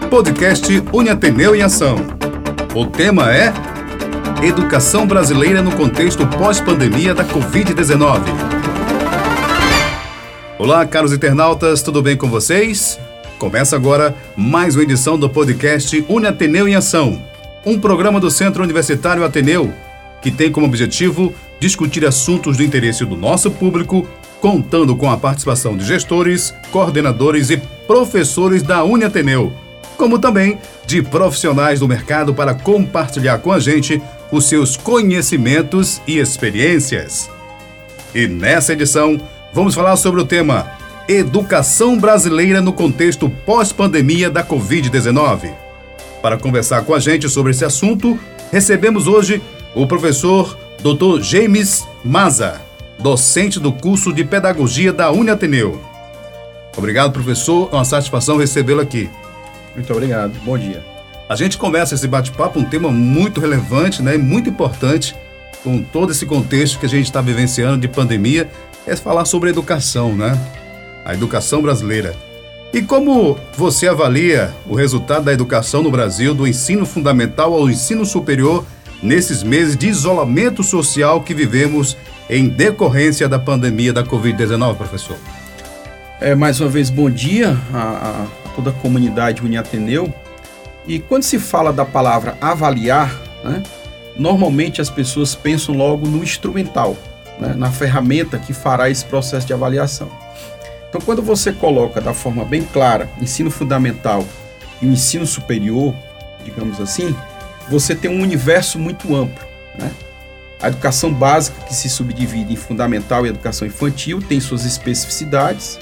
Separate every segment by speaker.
Speaker 1: Podcast Uniateneu em Ação. O tema é Educação Brasileira no contexto pós-pandemia da Covid-19. Olá, caros internautas, tudo bem com vocês? Começa agora mais uma edição do podcast Uniateneu em Ação, um programa do Centro Universitário Ateneu, que tem como objetivo discutir assuntos do interesse do nosso público, contando com a participação de gestores, coordenadores e professores da Uniateneu, como também de profissionais do mercado para compartilhar com a gente os seus conhecimentos e experiências. E nessa edição, vamos falar sobre o tema Educação Brasileira no contexto pós-pandemia da Covid-19. Para conversar com a gente sobre esse assunto, recebemos hoje o professor Dr. James Maza, docente do curso de Pedagogia da Uniateneu. Obrigado, professor. É uma satisfação recebê-lo aqui.
Speaker 2: Muito obrigado. Bom dia.
Speaker 1: A gente começa esse bate-papo, um tema muito relevante, né, e muito importante, com todo esse contexto que a gente está vivenciando de pandemia, é falar sobre a educação, né? A educação brasileira. E como você avalia o resultado da educação no Brasil, do ensino fundamental ao ensino superior, nesses meses de isolamento social que vivemos em decorrência da pandemia da Covid-19, professor?
Speaker 2: Mais uma vez, bom dia a toda a comunidade Uniateneu. E quando se fala da palavra avaliar, né, normalmente as pessoas pensam logo no instrumental, né, na ferramenta que fará esse processo de avaliação. Então, quando você coloca da forma bem clara ensino fundamental e o ensino superior, digamos assim, você tem um universo muito amplo, né? A educação básica, que se subdivide em fundamental e educação infantil, tem suas especificidades,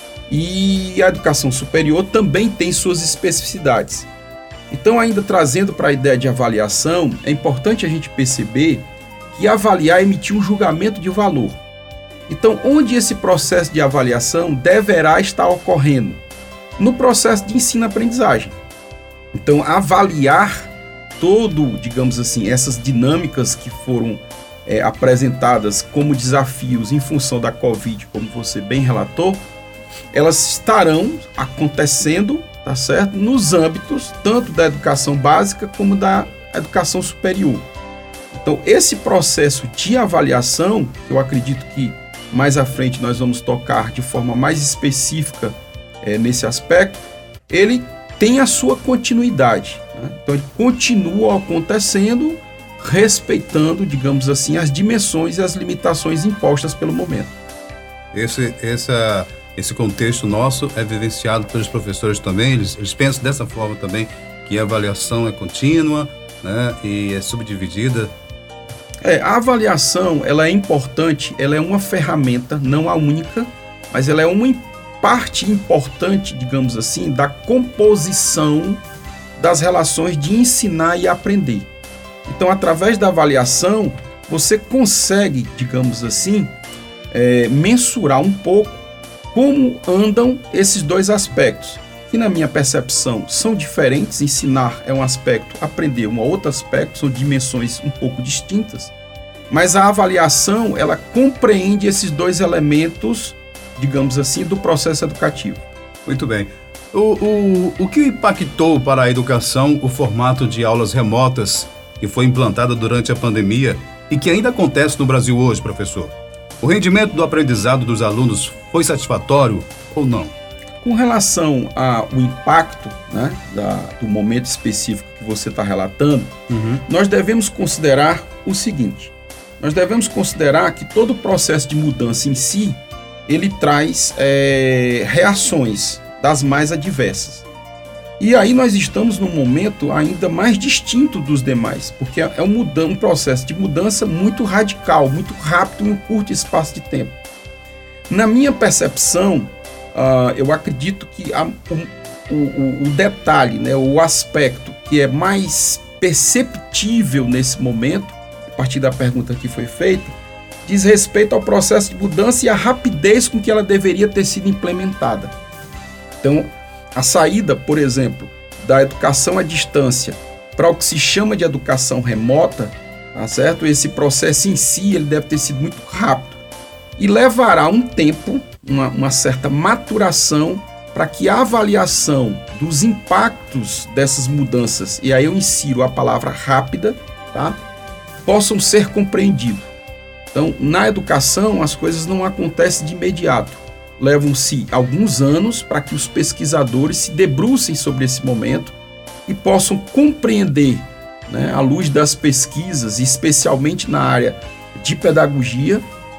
Speaker 2: e a educação superior também tem suas especificidades. Então, ainda trazendo para a ideia de avaliação, é importante a gente perceber que avaliar é emitir um julgamento de valor. Então, onde esse processo de avaliação deverá estar ocorrendo? No processo de ensino-aprendizagem. Então, avaliar todo, digamos assim, essas dinâmicas que foram apresentadas como desafios em função da Covid, como você bem relatou, elas estarão acontecendo, tá certo? Nos âmbitos tanto da educação básica como da educação superior. Então, esse processo de avaliação, eu acredito que mais à frente nós vamos tocar de forma mais específica nesse aspecto, ele tem a sua continuidade, né? Então, ele continua acontecendo, respeitando, digamos assim, as dimensões e as limitações impostas pelo momento.
Speaker 1: Esse contexto nosso é vivenciado pelos professores também, eles pensam dessa forma também, que a avaliação é contínua, né, e é subdividida.
Speaker 2: A avaliação, ela é importante, ela é uma ferramenta, não a única, mas ela é uma parte importante, digamos assim, da composição das relações de ensinar e aprender. Então, através da avaliação, você consegue, digamos assim, mensurar um pouco como andam esses dois aspectos, que na minha percepção são diferentes. Ensinar é um aspecto, aprender é um outro aspecto, são dimensões um pouco distintas, mas a avaliação, ela compreende esses dois elementos, digamos assim, do processo educativo.
Speaker 1: Muito bem. O que impactou para a educação o formato de aulas remotas que foi implantado durante a pandemia e que ainda acontece no Brasil hoje, professor? O rendimento do aprendizado dos alunos foi satisfatório ou não?
Speaker 2: Com relação ao impacto, né, do momento específico que você está relatando, nós devemos considerar o seguinte: nós devemos considerar que todo o processo de mudança em si, ele traz reações das mais adversas. E aí nós estamos num momento ainda mais distinto dos demais, porque é um processo de mudança muito radical, muito rápido em um curto espaço de tempo. Na minha percepção, eu acredito que o detalhe, né, o aspecto que é mais perceptível nesse momento, a partir da pergunta que foi feita, diz respeito ao processo de mudança e à rapidez com que ela deveria ter sido implementada. Então, a saída, por exemplo, da educação à distância para o que se chama de educação remota, tá certo? Esse processo em si, ele deve ter sido muito rápido e levará um tempo, uma certa maturação para que a avaliação dos impactos dessas mudanças, e aí eu insiro a palavra rápida, tá, possam ser compreendidos. Então, na educação, as coisas não acontecem de imediato. Levam-se alguns anos para que os pesquisadores se debrucem sobre esse momento e possam compreender, né, à luz das pesquisas, especialmente na área de pedagogia,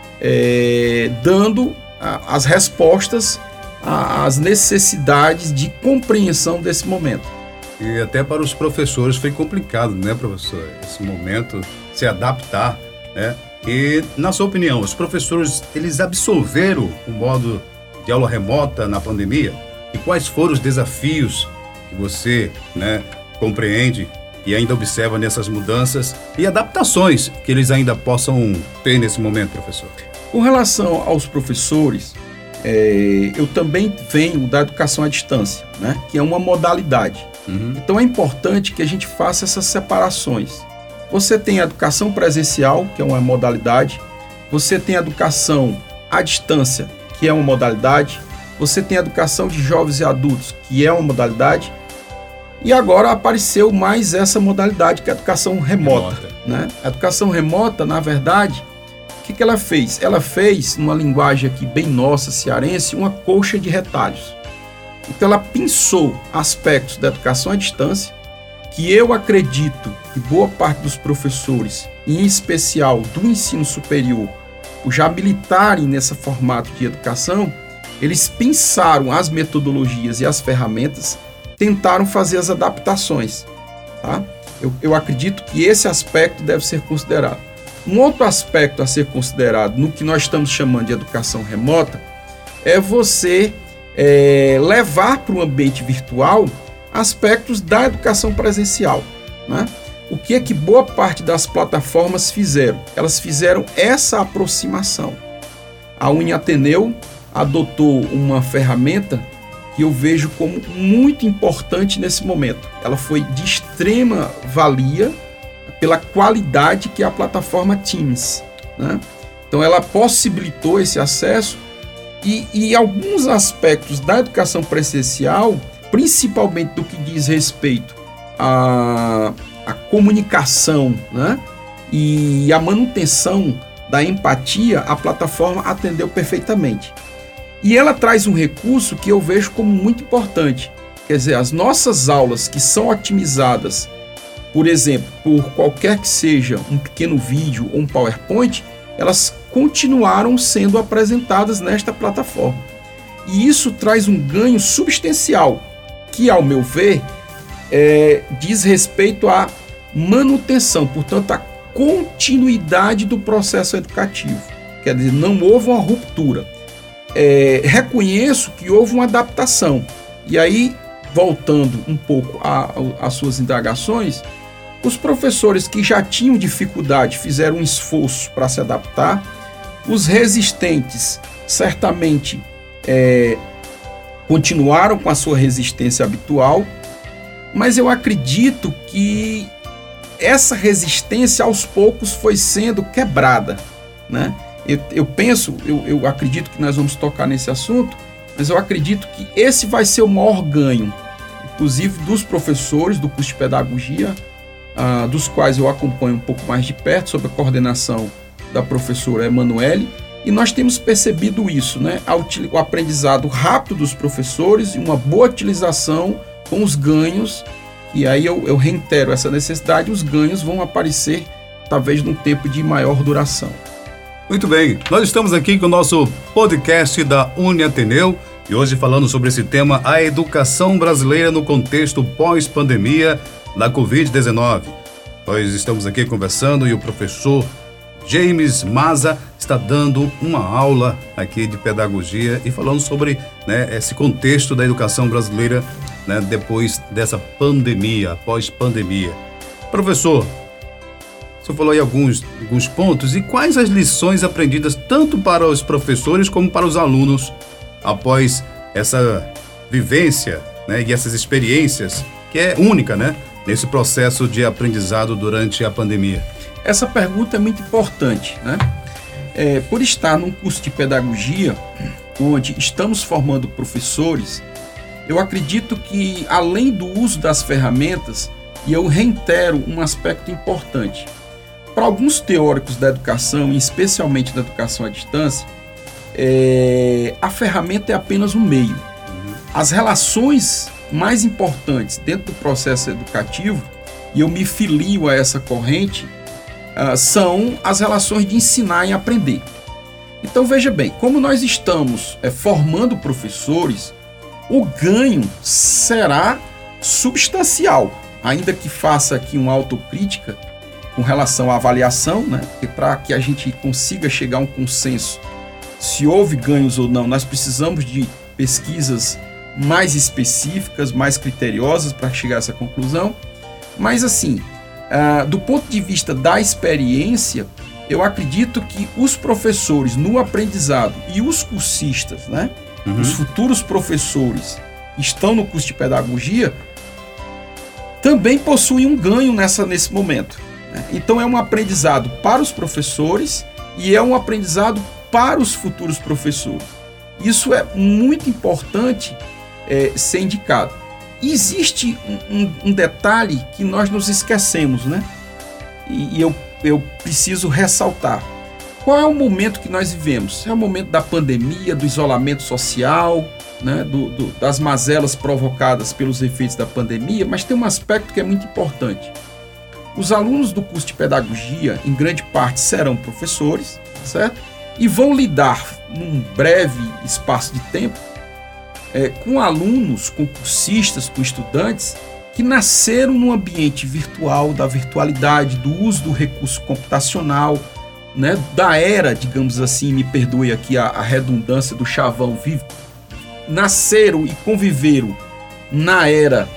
Speaker 2: dando as respostas às necessidades de compreensão desse momento.
Speaker 1: E até para os professores foi complicado, né, professor? Esse momento, se adaptar, né? E, na sua opinião, os professores, eles absorveram o modo de aula remota na pandemia? E quais foram os desafios que você, né, compreende e ainda observa nessas mudanças e adaptações que eles ainda possam ter nesse momento, professor?
Speaker 2: Com relação aos professores, eu também venho da educação à distância, né, que é uma modalidade. Então é importante que a gente faça essas separações. Você tem a educação presencial, que é uma modalidade. Você tem a educação à distância, que é uma modalidade. Você tem a educação de jovens e adultos, que é uma modalidade. E agora apareceu mais essa modalidade, que é a educação remota. Né? A educação remota, na verdade, o que ela fez? Ela fez, numa linguagem aqui bem nossa, cearense, uma colcha de retalhos. Então ela pensou aspectos da educação à distância, que eu acredito que boa parte dos professores, em especial do ensino superior, por já militarem nesse formato de educação, eles pensaram as metodologias e as ferramentas, tentaram fazer as adaptações. Tá? Eu acredito que esse aspecto deve ser considerado. Um outro aspecto a ser considerado no que nós estamos chamando de educação remota é você levar para o ambiente virtual aspectos da educação presencial. Né? O que é que boa parte das plataformas fizeram? Elas fizeram essa aproximação. A Uniateneu adotou uma ferramenta que eu vejo como muito importante nesse momento. Ela foi de extrema valia pela qualidade que é a plataforma Teams. Né? Então ela possibilitou esse acesso e alguns aspectos da educação presencial, principalmente do que diz respeito à comunicação, né, e a manutenção da empatia, a plataforma atendeu perfeitamente. E ela traz um recurso que eu vejo como muito importante. Quer dizer, as nossas aulas que são otimizadas, por exemplo, por qualquer que seja um pequeno vídeo ou um PowerPoint, elas continuaram sendo apresentadas nesta plataforma. E isso traz um ganho substancial, que, ao meu ver, diz respeito à manutenção, portanto, à continuidade do processo educativo. Quer dizer, não houve uma ruptura. Reconheço que houve uma adaptação. E aí, voltando um pouco às suas indagações, os professores que já tinham dificuldade fizeram um esforço para se adaptar. Os resistentes, certamente, continuaram com a sua resistência habitual, mas eu acredito que essa resistência aos poucos foi sendo quebrada, né? Eu acredito que nós vamos tocar nesse assunto, mas eu acredito que esse vai ser o maior ganho, inclusive dos professores do curso de pedagogia, dos quais eu acompanho um pouco mais de perto, sob a coordenação da professora Emanuele, e nós temos percebido isso, né? O aprendizado rápido dos professores e uma boa utilização com os ganhos, e aí eu reitero essa necessidade, os ganhos vão aparecer talvez num tempo de maior duração.
Speaker 1: Muito bem, nós estamos aqui com o nosso podcast da Uniateneu e hoje falando sobre esse tema, a educação brasileira no contexto pós-pandemia da Covid-19. Nós estamos aqui conversando e o professor James Maza está dando uma aula aqui de pedagogia e falando sobre, né, esse contexto da educação brasileira, né, depois dessa pandemia, pós-pandemia. Professor, o senhor falou aí alguns pontos, e quais as lições aprendidas tanto para os professores como para os alunos após essa vivência, né, e essas experiências, que é única, né, nesse processo de aprendizado durante a pandemia?
Speaker 2: Essa pergunta é muito importante, né? Por estar num curso de pedagogia, onde estamos formando professores, eu acredito que, além do uso das ferramentas, e eu reitero um aspecto importante, para alguns teóricos da educação, e especialmente da educação à distância, a ferramenta é apenas um meio. As relações mais importantes dentro do processo educativo, e eu me filio a essa corrente, são as relações de ensinar e aprender. Então veja bem, como nós estamos formando professores, o ganho será substancial, ainda que faça aqui uma autocrítica com relação à avaliação, né? Porque para que a gente consiga chegar a um consenso se houve ganhos ou não, nós precisamos de pesquisas mais específicas, mais criteriosas para chegar a essa conclusão. Mas assim, do ponto de vista da experiência, eu acredito que os professores no aprendizado e os cursistas, né? Os futuros professores que estão no curso de pedagogia também possuem um ganho nesse momento, né? Então é um aprendizado para os professores e é um aprendizado para os futuros professores. Isso é muito importante ser indicado. E existe um detalhe que nós nos esquecemos, né? E eu preciso ressaltar. Qual é o momento que nós vivemos? É o momento da pandemia, do isolamento social, né? Das mazelas provocadas pelos efeitos da pandemia, mas tem um aspecto que é muito importante. Os alunos do curso de pedagogia, em grande parte, serão professores, certo? E vão lidar, num breve espaço de tempo, com alunos, com cursistas, com estudantes que nasceram num ambiente virtual, da virtualidade, do uso do recurso computacional, né, da era, digamos assim, me perdoe aqui a redundância do chavão vivo, nasceram e conviveram na era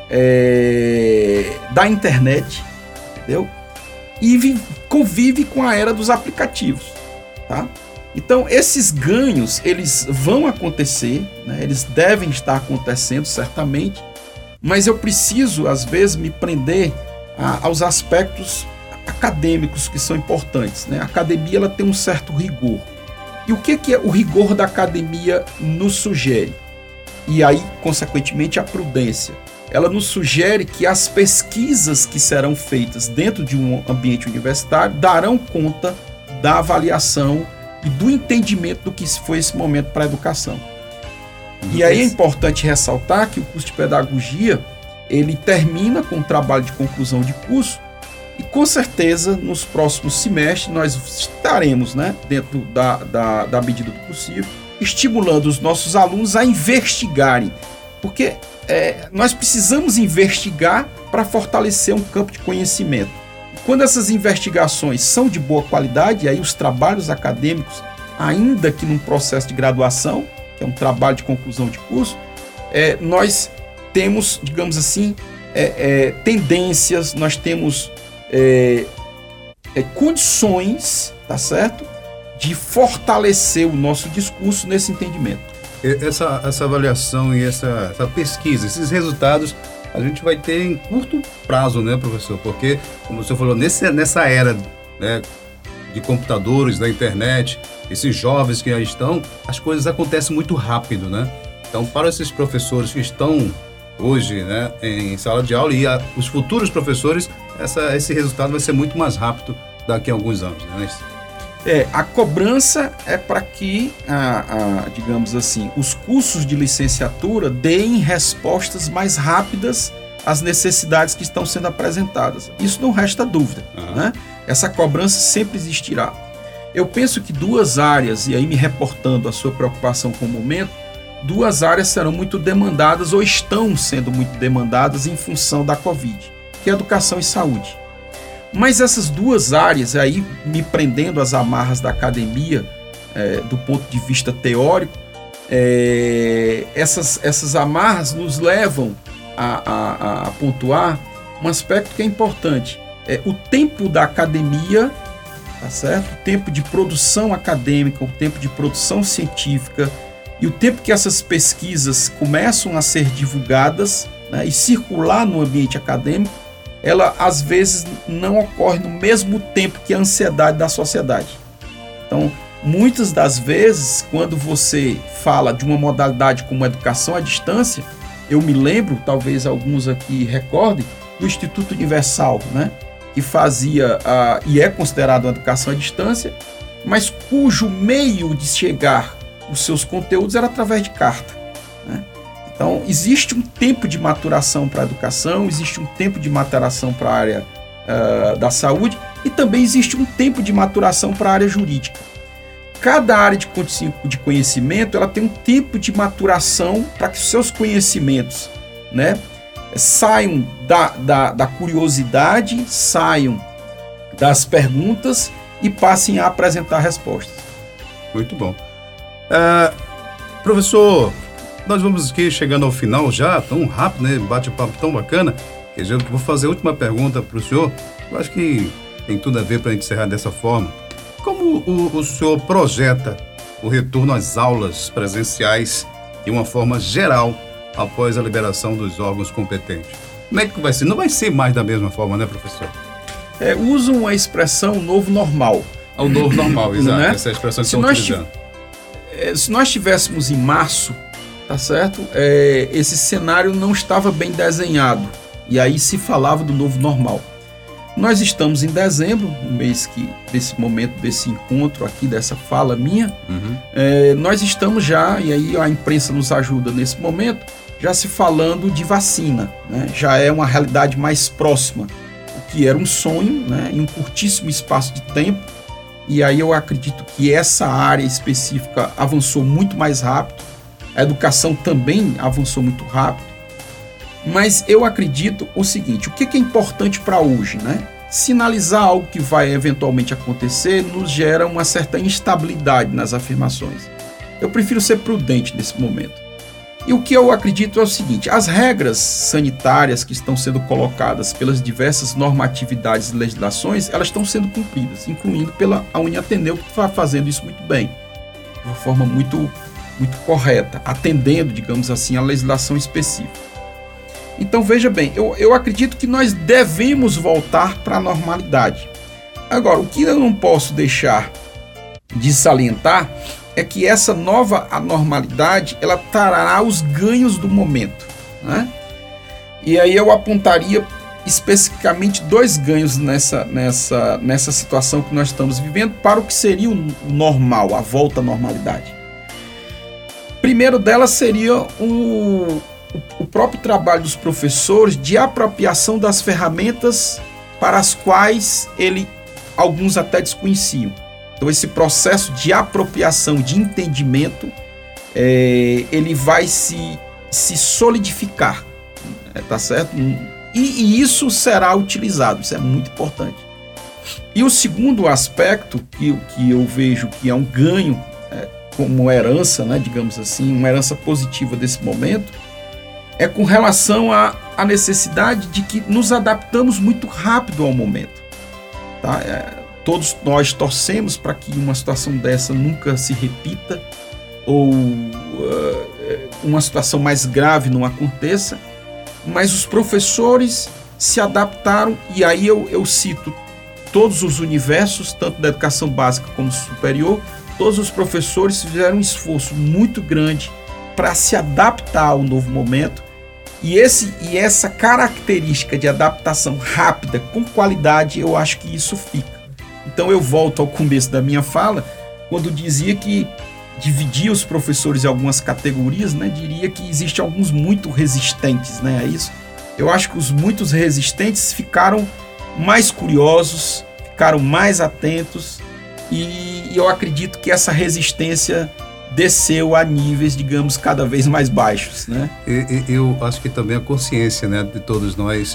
Speaker 2: da internet, entendeu? E convive com a era dos aplicativos, tá? Então, esses ganhos, eles vão acontecer, né? Eles devem estar acontecendo, certamente, mas eu preciso, às vezes, me prender aos aspectos acadêmicos que são importantes, né? A academia, ela tem um certo rigor. E o que é o rigor da academia nos sugere? E aí, consequentemente, a prudência. Ela nos sugere que as pesquisas que serão feitas dentro de um ambiente universitário darão conta da avaliação e do entendimento do que foi esse momento para a educação. E aí é importante ressaltar que o curso de pedagogia, ele termina com o trabalho de conclusão de curso e, com certeza, nos próximos semestres, nós estaremos, né, dentro da medida do possível, estimulando os nossos alunos a investigarem, porque nós precisamos investigar para fortalecer um campo de conhecimento. Quando essas investigações são de boa qualidade, e aí os trabalhos acadêmicos, ainda que num processo de graduação, que é um trabalho de conclusão de curso, nós temos, digamos assim, tendências, nós temos condições, tá certo, de fortalecer o nosso discurso nesse entendimento.
Speaker 1: Essa avaliação e essa pesquisa, esses resultados, a gente vai ter em curto prazo, né, professor? Porque, como o senhor falou, nessa era, né, de computadores, da internet, esses jovens que aí estão, as coisas acontecem muito rápido, né? Então, para esses professores que estão hoje, né, em sala de aula e os futuros professores, esse resultado vai ser muito mais rápido daqui a alguns anos, né?
Speaker 2: A cobrança é para que, digamos assim, os cursos de licenciatura deem respostas mais rápidas às necessidades que estão sendo apresentadas. Isso não resta dúvida, né? Essa cobrança sempre existirá. Eu penso que duas áreas, e aí me reportando a sua preocupação com o momento, duas áreas serão muito demandadas ou estão sendo muito demandadas em função da Covid, que é educação e saúde. Mas essas duas áreas, aí me prendendo às amarras da academia, do ponto de vista teórico, essas amarras nos levam a pontuar um aspecto que é importante. O tempo da academia, tá certo? O tempo de produção acadêmica, o tempo de produção científica e o tempo que essas pesquisas começam a ser divulgadas, né, e circular no ambiente acadêmico, ela às vezes não ocorre no mesmo tempo que a ansiedade da sociedade. Então, muitas das vezes, quando você fala de uma modalidade como a educação à distância, eu me lembro, talvez alguns aqui recordem, do Instituto Universal, né? Que fazia, e é considerado uma educação à distância, mas cujo meio de chegar os seus conteúdos era através de carta, né? Então, existe um tempo de maturação para a educação, existe um tempo de maturação para a área da saúde e também existe um tempo de maturação para a área jurídica. Cada área de conhecimento ela tem um tempo de maturação para que os seus conhecimentos, né, saiam da curiosidade, saiam das perguntas e passem a apresentar respostas.
Speaker 1: Muito bom. Professor, nós vamos aqui chegando ao final já, tão rápido, né? Bate-papo tão bacana, que eu vou fazer a última pergunta para o senhor. Eu acho que tem tudo a ver para a gente encerrar dessa forma. Como o senhor projeta o retorno às aulas presenciais de uma forma geral após a liberação dos órgãos competentes? Como é que vai ser? Não vai ser mais da mesma forma, né, professor?
Speaker 2: Usam a expressão novo normal.
Speaker 1: O novo normal, exato.
Speaker 2: Né?
Speaker 1: Essa é a expressão que estão utilizando.
Speaker 2: Se nós estivéssemos em março, tá certo? Esse cenário não estava bem desenhado. E aí se falava do novo normal. Nós estamos em dezembro, o mês desse momento, desse encontro aqui, dessa fala minha. Nós estamos já, e aí a imprensa nos ajuda nesse momento, já se falando de vacina, né? Já é uma realidade mais próxima, o que era um sonho, né? Em um curtíssimo espaço de tempo. E aí eu acredito que essa área específica avançou muito mais rápido, a educação também avançou muito rápido. Mas eu acredito o seguinte, o que é importante para hoje, né? Sinalizar algo que vai eventualmente acontecer nos gera uma certa instabilidade nas afirmações. Eu prefiro ser prudente nesse momento. E o que eu acredito é o seguinte, as regras sanitárias que estão sendo colocadas pelas diversas normatividades e legislações, elas estão sendo cumpridas, incluindo pela Uniateneu, que está fazendo isso muito bem, de uma forma muito correta, atendendo, digamos assim, a legislação específica. Então, veja bem, eu acredito que nós devemos voltar para a normalidade. Agora, o que eu não posso deixar de salientar é que essa nova anormalidade, ela trará os ganhos do momento, né? E aí eu apontaria especificamente 2 ganhos nessa situação que nós estamos vivendo para o que seria o normal, a volta à normalidade. Primeiro delas seria o próprio trabalho dos professores de apropriação das ferramentas para as quais alguns até desconheciam. Então esse processo de apropriação, de entendimento, ele vai se solidificar, tá certo? E isso será utilizado, isso é muito importante. E o segundo aspecto que eu vejo que é um ganho, como herança, né, digamos assim, uma herança positiva desse momento, é com relação à necessidade de que nos adaptamos muito rápido ao momento. Tá? Todos nós torcemos para que uma situação dessa nunca se repita ou uma situação mais grave não aconteça, mas os professores se adaptaram, e aí eu cito todos os universos, tanto da educação básica como superior, todos os professores fizeram um esforço muito grande para se adaptar ao novo momento, e essa característica de adaptação rápida, com qualidade, eu acho que isso fica. Então eu volto ao começo da minha fala, quando dizia que dividia os professores em algumas categorias, né? Diria que existem alguns muito resistentes, né, a isso. Eu acho que os muito resistentes ficaram mais curiosos, ficaram mais atentos, e eu acredito que essa resistência desceu a níveis, digamos, cada vez mais baixos, né?
Speaker 1: Eu acho que também a consciência, né, de todos nós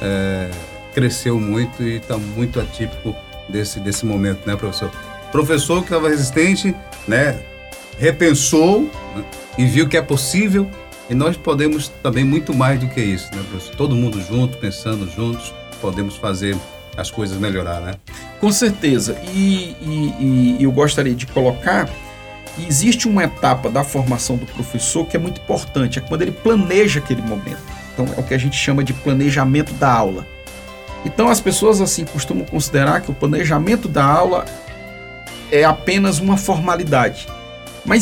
Speaker 1: cresceu muito e está muito atípico desse momento, né, professor? Professor que estava resistente, né, repensou, né, e viu que é possível, e nós podemos também muito mais do que isso, né, professor? Todo mundo junto, pensando juntos, podemos fazer as coisas melhorar, né?
Speaker 2: Com certeza. E eu gostaria de colocar que existe uma etapa da formação do professor que é muito importante, é quando ele planeja aquele momento. Então, é o que a gente chama de planejamento da aula. Então, as pessoas assim costumam considerar que o planejamento da aula é apenas uma formalidade. Mas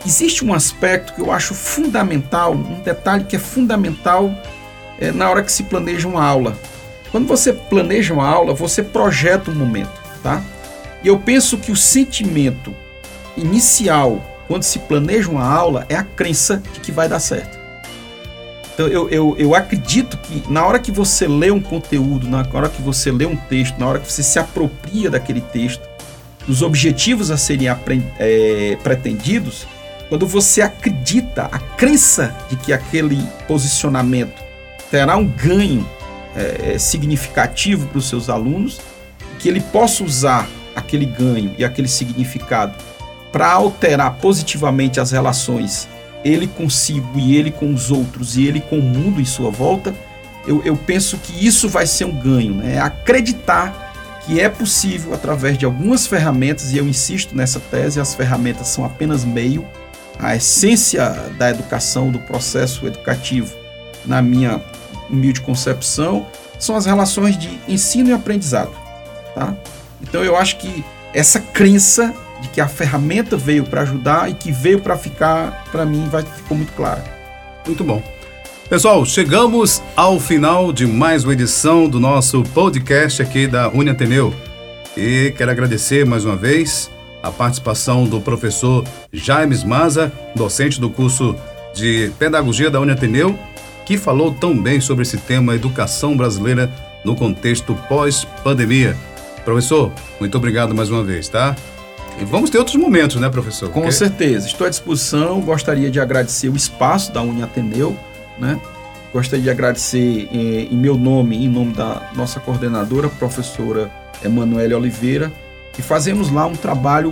Speaker 2: existe um aspecto que eu acho fundamental, um detalhe que é fundamental na hora que se planeja uma aula. Quando você planeja uma aula, você projeta um momento, tá? E eu penso que o sentimento inicial, quando se planeja uma aula, é a crença de que vai dar certo. Então, eu acredito que na hora que você lê um conteúdo, na hora que você lê um texto, na hora que você se apropria daquele texto, dos objetivos a serem pretendidos, quando você acredita, a crença de que aquele posicionamento terá um ganho significativo para os seus alunos, que ele possa usar aquele ganho e aquele significado para alterar positivamente as relações, ele consigo e ele com os outros e ele com o mundo em sua volta, eu penso que isso vai ser um ganho, né? É acreditar que é possível através de algumas ferramentas, e eu insisto nessa tese, as ferramentas são apenas meio, a essência da educação, do processo educativo, na minha humilde concepção, são as relações de ensino e aprendizado, tá? Então eu acho que essa crença de que a ferramenta veio para ajudar e que veio para ficar, para mim, ficou muito clara.
Speaker 1: Muito bom. Pessoal, chegamos ao final de mais uma edição do nosso podcast aqui da Uniateneu. E quero agradecer mais uma vez a participação do professor Jaime Maza, docente do curso de Pedagogia da Uniateneu, que falou tão bem sobre esse tema educação brasileira no contexto pós-pandemia. Professor, muito obrigado mais uma vez, tá? E vamos ter outros momentos, né, professor?
Speaker 2: Com certeza, estou à disposição. Gostaria de agradecer o espaço da Uniateneu, né? Gostaria de agradecer em meu nome, em nome da nossa coordenadora, professora Emanuele Oliveira, e fazemos lá um trabalho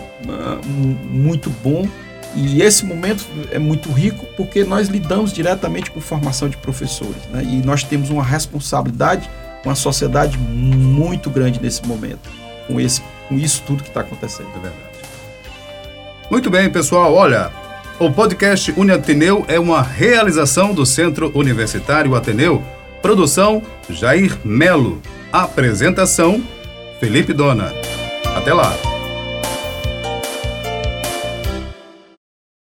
Speaker 2: muito bom. E esse momento é muito rico porque nós lidamos diretamente com formação de professores, né? E nós temos uma responsabilidade com a sociedade muito grande nesse momento, com isso tudo que está acontecendo.
Speaker 1: É verdade. Muito bem, pessoal. Olha, o podcast Uniateneu é uma realização do Centro Universitário Ateneu. Produção Jair Melo. Apresentação Felipe Dona. Até lá.